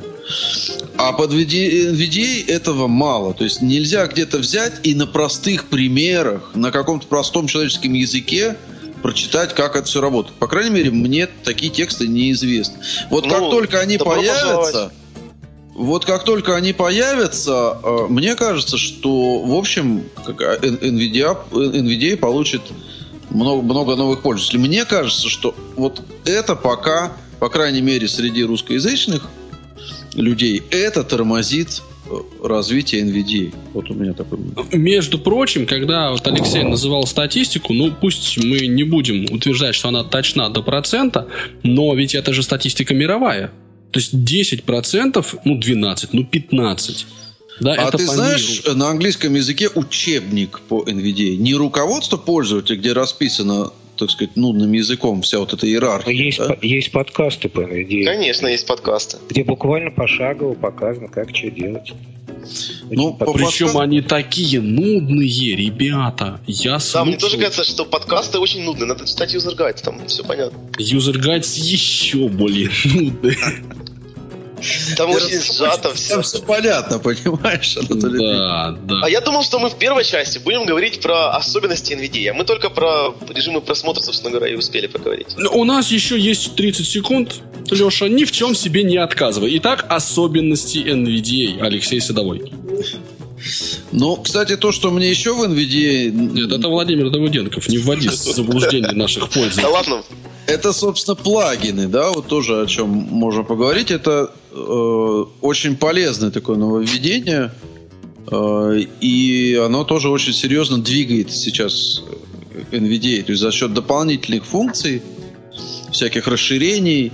А под эн ви ди эй этого мало. То есть нельзя где-то взять и на простых примерах, на каком-то простом человеческом языке прочитать, как это все работает. По крайней мере, мне такие тексты неизвестны. Вот ну, как только они появятся... Вот как только они появятся, мне кажется, что, в общем, эн ви ди эй получит много, много новых пользователей. Мне кажется, что вот это пока, по крайней мере, среди русскоязычных людей, это тормозит развитие эн ви ди эй. Вот у меня такой мнение. Между прочим, когда вот Алексей называл статистику, ну пусть мы не будем утверждать, что она точна до процента, но ведь это же статистика мировая. То есть десять процентов, ну двенадцать, ну пятнадцать. Да, а это ты знаешь, миру. На английском языке учебник по эн ви ди эй, не руководство пользователя, где расписано, так сказать, нудным языком вся вот эта иерархия. Есть, да? по- есть подкасты по эн ви ди эй. Конечно, есть подкасты. Где буквально пошагово показано, как что делать. Ну, по причем подкаст... они такие нудные, ребята. Я слушал... Да, мне тоже кажется, что подкасты очень нудные. Надо читать юзер-гайд, там все понятно. Юзер-гайд еще более нудный. Там я очень сжато все. Там все понятно, понимаешь? Да, да. А я думал, что мы в первой части будем говорить про особенности эн ви ди эй. А мы только про режимы просмотра, собственно говоря, и успели поговорить. У нас еще есть тридцать секунд. Леша, ни в чем себе не отказывай. Итак, особенности эн ви ди эй. Алексей Садовой. Ну, кстати, то, что мне еще в эн ви ди эй... Нет, это Владимир Давыденков. Не вводи в заблуждение наших пользователей. Да ладно. Это, собственно, плагины, да, вот тоже о чем можно поговорить. Это э, очень полезное такое нововведение, э, и оно тоже очень серьезно двигает сейчас эн ви ди эй. То есть за счет дополнительных функций, всяких расширений,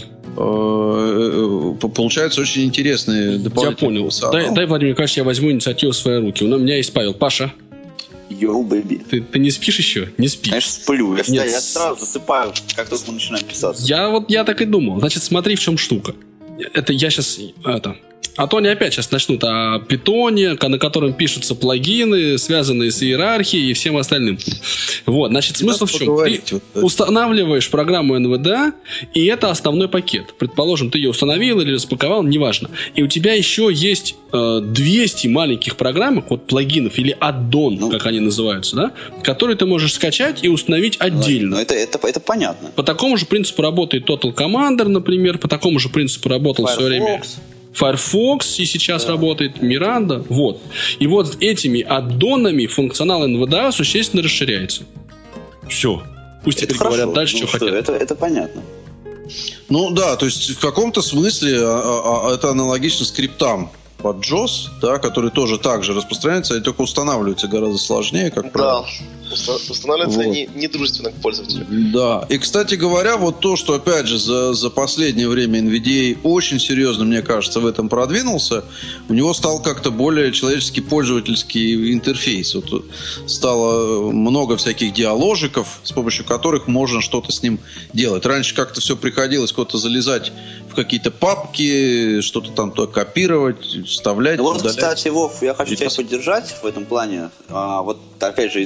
э, получаются очень интересные дополнительные функции. Я понял. Дай, дай, Владимир Николаевич, я возьму инициативу в свои руки. У меня есть Павел. Паша. Йоу, бэби. Ты, ты не спишь еще? Не спишь. Конечно, сплю. Я, Нет. я сразу засыпаю, как только мы начинаем писаться. Я вот я так и думал. Значит, смотри, в чем штука. Это я сейчас... Это... А то они опять сейчас начнут о питоне, на котором пишутся плагины, связанные с иерархией и всем остальным. Вот, значит, смысл в чем? Ты устанавливаешь программу эн ви ди эй, и это основной пакет. Предположим, ты ее установил или распаковал, неважно. И у тебя еще есть э, двести маленьких программок, вот плагинов или аддон, ну, как они называются, да, которые ты можешь скачать и установить отдельно. Ну, это, это, это понятно. По такому же принципу работает Total Commander, например, по такому же принципу работал Firefox. в свое время Firefox, и сейчас да. работает Miranda. Вот. И вот этими аддонами функционал эн ви ди эй существенно расширяется. Все. Пусть это теперь хорошо. говорят дальше, ну, что, что хотят. Это, это понятно. Ну да, то есть в каком-то смысле а, а, это аналогично скриптам под джоус, да, которые тоже так же распространяются, и только устанавливаются гораздо сложнее, как правило. Да, устанавливаются вот. они недружественно к пользователю. Да, и, кстати говоря, вот то, что, опять же, за, за последнее время эн ви ди эй очень серьезно, мне кажется, в этом продвинулся, у него стал как-то более человеческий пользовательский интерфейс. Вот стало много всяких диаложиков, с помощью которых можно что-то с ним делать. Раньше как-то все приходилось куда-то залезать в какие-то папки, что-то там туда копировать, вставлять. Ну, вот, удалять. кстати, Вов, я хочу И тебя пос... поддержать в этом плане. А, вот, опять же, из моего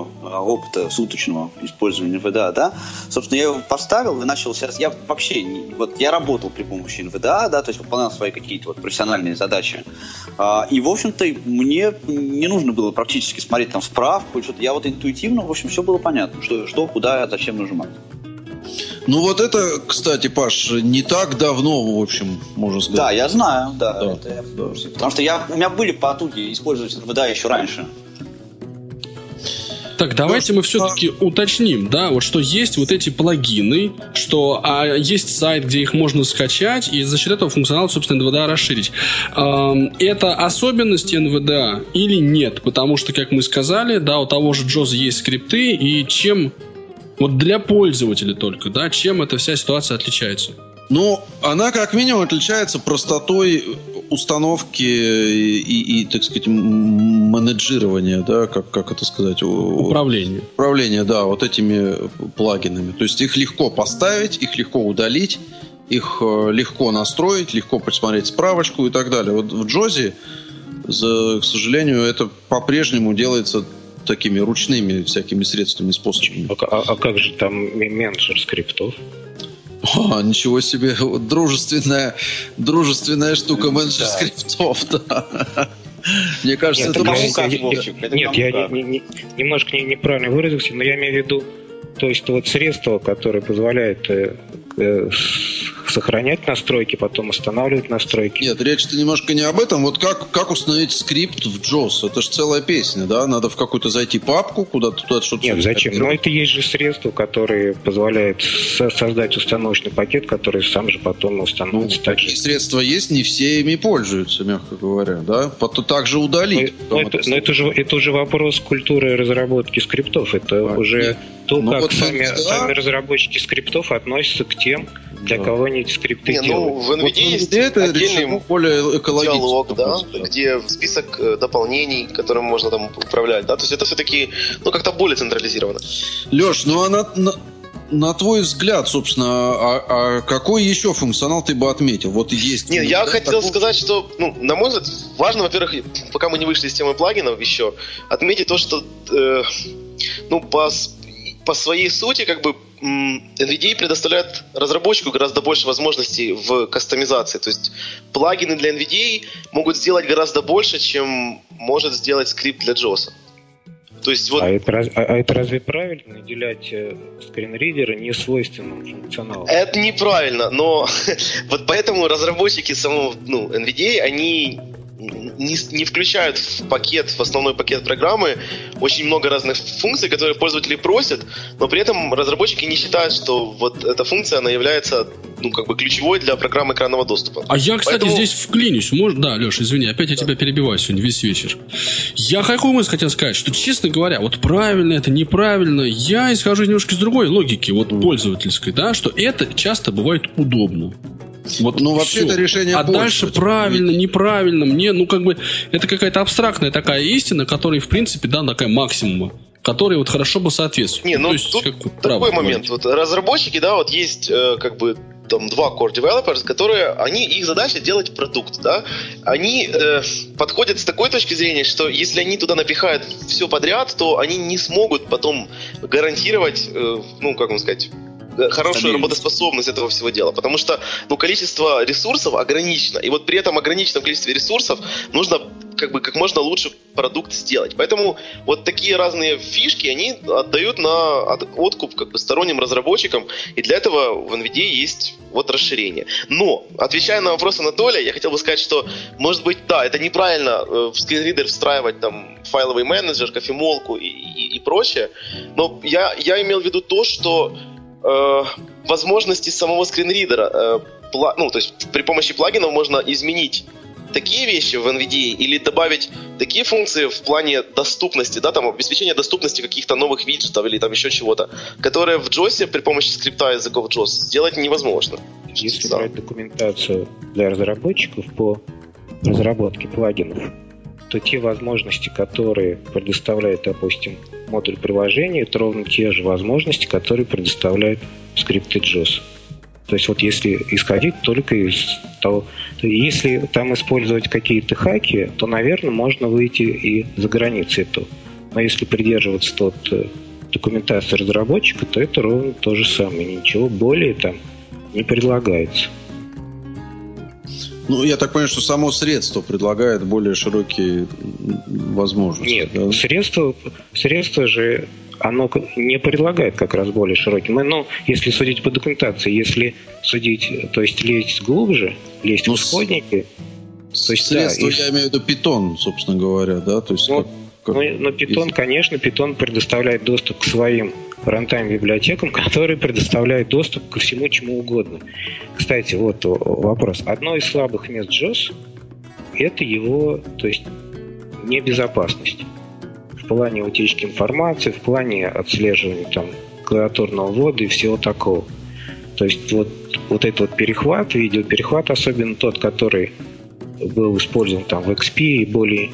моего опыта суточного использования эн ви ди эй, да, собственно, я его поставил и начал сейчас, я вообще, не, вот я работал при помощи эн ви ди эй, да, то есть выполнял свои какие-то вот профессиональные задачи, а, и, в общем-то, мне не нужно было практически смотреть там справку, что-то, я вот интуитивно, в общем, все было понятно, что, что куда, зачем нажимать. Ну вот это, кстати, Паш, не так давно, в общем, можно сказать. Да, я знаю, да. да, это я, да. Потому что я, у меня были потуги использовать эн ви ди эй еще раньше. Так, давайте мы все-таки уточним, да, вот что есть вот эти плагины, что а, есть сайт, где их можно скачать, и за счет этого функционал, собственно, эн ви ди эй расширить. Эм, это особенность эн ви ди эй или нет? Потому что, как мы сказали, да, у того же джоз есть скрипты, и чем, вот для пользователя только, да, чем эта вся ситуация отличается? Ну, она как минимум отличается простотой установки и, и, и так сказать, менеджирования, да, как, как это сказать? Управление. Управление, да, вот этими плагинами. То есть их легко поставить, их легко удалить, их легко настроить, легко посмотреть справочку и так далее. Вот в джозе, за, к сожалению, это по-прежнему делается такими ручными всякими средствами, способами. А, а, а как же там менеджер скриптов? А, ничего себе, вот дружественная, дружественная штука, менеджер скриптов, да. Мне кажется, нет, это... Я, как, я, Вовчик, я, это нет, я как. не, не, немножко не, неправильно выразился, но я имею в виду, то есть вот средство, которое позволяет э, э, сохранять настройки, потом останавливать настройки. Нет, речь-то немножко не об этом. Вот как, как установить скрипт в джоз? Это же целая песня, да? Надо в какую-то зайти папку, куда-то туда что-то... Нет, зачем? Но это есть же средство, которое позволяет со- создать установочный пакет, который сам же потом установится. Ну, также. такие средства есть, не все ими пользуются, мягко говоря, да? Потом также удалить. Но, но, это, но это, же, это уже вопрос культуры разработки скриптов. Это а, уже нет. то, ну, как вот сами, да. сами разработчики скриптов относятся к тем, для да. кого они эти скрипты не, делают. Ну, в эн ви ди вот есть это отдельный более диалог, да, да. где список дополнений, которым можно там управлять. Да? То есть это все-таки ну, как-то более централизировано. Леш, ну а на, на, на твой взгляд, собственно, а, а какой еще функционал ты бы отметил? Вот есть. Нет, ну, я да, хотел такой... сказать, что, ну, на мой взгляд, важно, во-первых, пока мы не вышли из темы плагинов еще, отметить то, что э, ну, по, по своей сути, как бы эн ви ди эй предоставляет разработчику гораздо больше возможностей в кастомизации. То есть плагины для эн ви ди эй могут сделать гораздо больше, чем может сделать скрипт для джоса. То есть вот... а, это, а, а это разве правильно наделять э, скринридера несвойственным функционалом? Это неправильно, но вот поэтому разработчики самого ну, эн ви ди эй, они не, не включают в пакет, в основной пакет программы очень много разных функций, которые пользователи просят, но при этом разработчики не считают, что вот эта функция, она является ну, как бы ключевой для программы экранного доступа. А я, кстати, Поэтому... здесь вклинюсь. Может... Да, Леша, извини, опять я да. тебя перебиваю сегодня весь вечер. Я какую мысль хотел сказать, что, честно говоря, вот правильно это, неправильно, я исхожу немножко из другой логики, вот mm. пользовательской, да, что это часто бывает удобно. Вот ну, вообще это решение а дальше правильно, неправильно. Мне, ну, как бы, это какая-то абстрактная такая истина, которая, в принципе, да, такая максимума, которой вот хорошо бы соответствовать. Не, ну, То есть, тут как, такой момент. Вот разработчики, да, вот есть, э, как бы, там, два core developers, которые, они, их задача делать продукт, да. Они э, подходят с такой точки зрения, что если они туда напихают все подряд, то они не смогут потом гарантировать, э, ну, как вам сказать, хорошую работоспособность этого всего дела, потому что ну, количество ресурсов ограничено, и вот при этом ограниченном количестве ресурсов нужно как бы как можно лучше продукт сделать. Поэтому вот такие разные фишки, они отдают на откуп как бы сторонним разработчикам, и для этого в эн ви ди эй есть вот расширение. Но, отвечая на вопрос Анатолия, я хотел бы сказать, что, может быть, да, это неправильно э, в скринридер встраивать там файловый менеджер, кофемолку и, и, и прочее, но я, я имел в виду то, что Э, возможности самого скринридера. Э, пла- ну, то есть при помощи плагинов можно изменить такие вещи в эн ви ди эй или добавить такие функции в плане доступности, да, там обеспечения доступности каких-то новых виджетов или там еще чего-то, которые в джосе при помощи скрипта языков джос сделать невозможно. Если да. брать документацию для разработчиков по разработке плагинов, то те возможности, которые предоставляет, допустим, модуль приложения, это ровно те же возможности, которые предоставляют скрипты джос. То есть вот если исходить только из того... То если там использовать какие-то хаки, то, наверное, можно выйти и за границы этого Но если придерживаться тот документации разработчика, то это ровно то же самое. Ничего более там не предлагается. Ну, я так понимаю, что само средство предлагает более широкие возможности. Нет, да? средство, средство же оно не предлагает как раз более широкие. Мы, ну, если судить по документации, если судить, то есть лезть глубже, лезть ну, в исходники, то есть средство, да, я имею в виду Python, собственно говоря, да, то есть. Ну, как, как... Ну, но Python, конечно, Python предоставляет доступ к своим рантайм-библиотекам, которые предоставляют доступ ко всему, чему угодно. Кстати, вот вопрос. Одно из слабых мест джос – это его, то есть, небезопасность. В плане утечки информации, в плане отслеживания там, клавиатурного ввода и всего такого. То есть, вот, вот этот вот перехват, видеоперехват, особенно тот, который был использован там в икс пи и более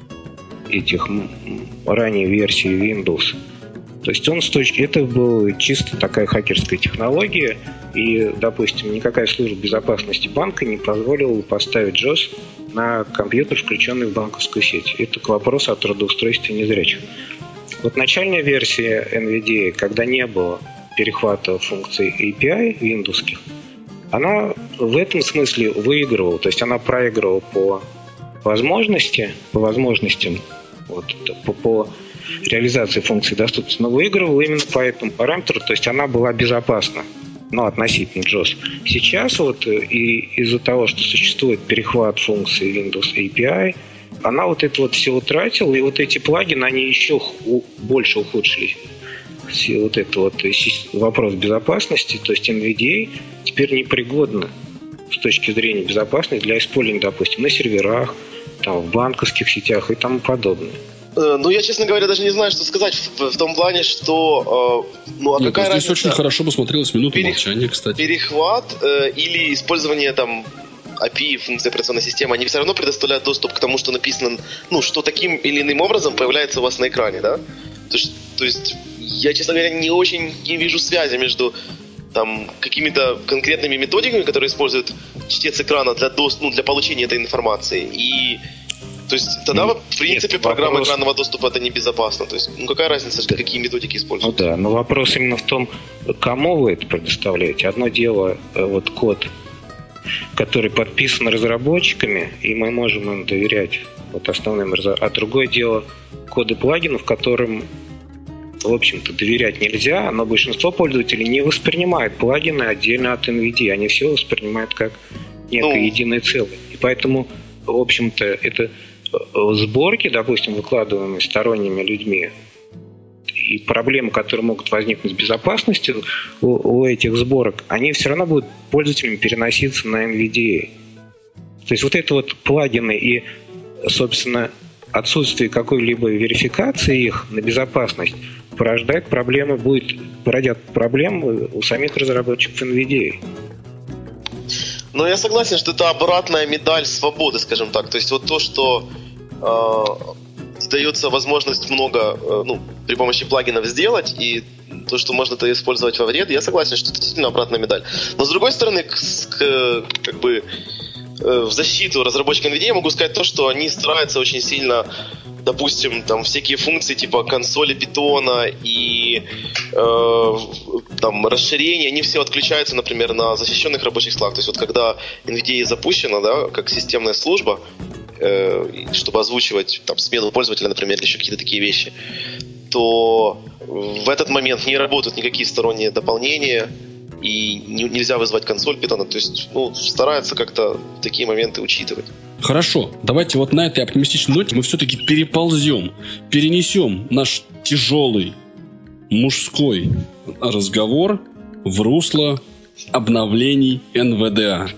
этих ранней версий Windows. То есть он с точки... это была чисто такая хакерская технология, и, допустим, никакая служба безопасности банка не позволила поставить джос на компьютер, включенный в банковскую сеть. Это к вопросу о трудоустройстве незрячих. Вот начальная версия эн ви ди эй, когда не было перехвата функций эй пи ай виндовских, она в этом смысле выигрывала, то есть она проигрывала по возможности, по возможностям, вот, по, по реализации функции доступности, но выигрывала именно по этому параметру, то есть она была безопасна, но относительно джос. Сейчас вот и из-за того, что существует перехват функции Windows эй пи ай, она вот это вот все утратила, и вот эти плагины, они еще ху- больше ухудшили вот это вот вопрос безопасности, то есть эн ви ди эй теперь непригодна с точки зрения безопасности для использования, допустим, на серверах, там, в банковских сетях и тому подобное. Ну, я, честно говоря, даже не знаю, что сказать в, в том плане, что... Э, ну, а Нет, какая здесь разница? очень хорошо бы смотрелась минута Перех... молчания, кстати. Перехват э, или использование там эй пи ай, функции операционной системы, они все равно предоставляют доступ к тому, что написано, ну, что таким или иным образом появляется у вас на экране, да? То есть, то есть я, честно говоря, не очень не вижу связи между там какими-то конкретными методиками, которые используют чтец экрана для, до... ну, для получения этой информации, и то есть тогда, ну, в принципе, нет, программа вопрос... экранного доступа это небезопасно. То есть, ну какая разница, какие методики используют? Ну да, но вопрос именно в том, кому вы это предоставляете. Одно дело, вот код, который подписан разработчиками, и мы можем им доверять, вот основным, а другое дело коды плагинов, которым, в общем-то, доверять нельзя, но большинство пользователей не воспринимает плагины отдельно от эн ви ди эй. Они все воспринимают как некое ну... единое целое. И поэтому, в общем-то, это сборки, допустим, выкладываемые сторонними людьми, и проблемы, которые могут возникнуть с безопасностью у, у этих сборок, они все равно будут пользователями переноситься на эн ви ди эй. То есть вот это вот плагины и, собственно, отсутствие какой-либо верификации их на безопасность порождает проблемы, будет, породят проблемы у самих разработчиков эн ви ди эй. Но я согласен, что это обратная медаль свободы, скажем так. То есть вот то, что э, дается возможность много э, ну, при помощи плагинов сделать, и то, что можно это использовать во вред, я согласен, что это действительно обратная медаль. Но с другой стороны, к, к, как бы э, в защиту разработчиков эн ви ди эй я могу сказать то, что они стараются очень сильно, допустим, там всякие функции типа консоли питона и э, там расширения, они все отключаются, например, на защищенных рабочих столах. То есть вот когда эн ви ди эй запущена, да, как системная служба, э, чтобы озвучивать там смену пользователя, например, или еще какие-то такие вещи, то в этот момент не работают никакие сторонние дополнения и не, нельзя вызвать консоль питона. То есть, ну, стараются как-то такие моменты учитывать. Хорошо, давайте вот на этой оптимистичной ноте мы все-таки переползем, перенесем наш тяжелый мужской разговор в русло обновлений эн ви ди эй.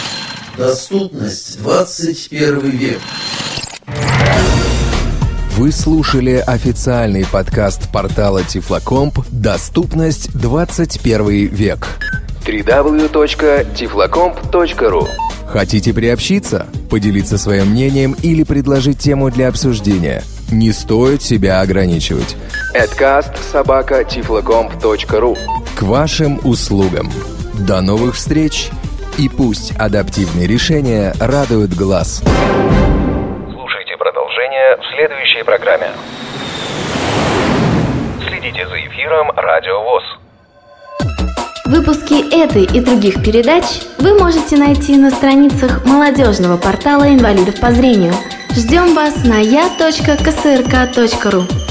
Доступность двадцать первый век. Вы слушали официальный подкаст портала Тифлокомп «Доступность двадцать первый век». дабл ю дабл ю дабл ю точка тифлокомп точка ру. Хотите приобщиться, поделиться своим мнением или предложить тему для обсуждения? Не стоит себя ограничивать. эдкаст собака тифлокомп точка ру. К вашим услугам. До новых встреч, и пусть адаптивные решения радуют глаз. Слушайте продолжение в следующей программе. Следите за эфиром Радио ВОС. Выпуски этой и других передач вы можете найти на страницах молодежного портала инвалидов по зрению. Ждем вас на я точка ка эс эр ка точка ру.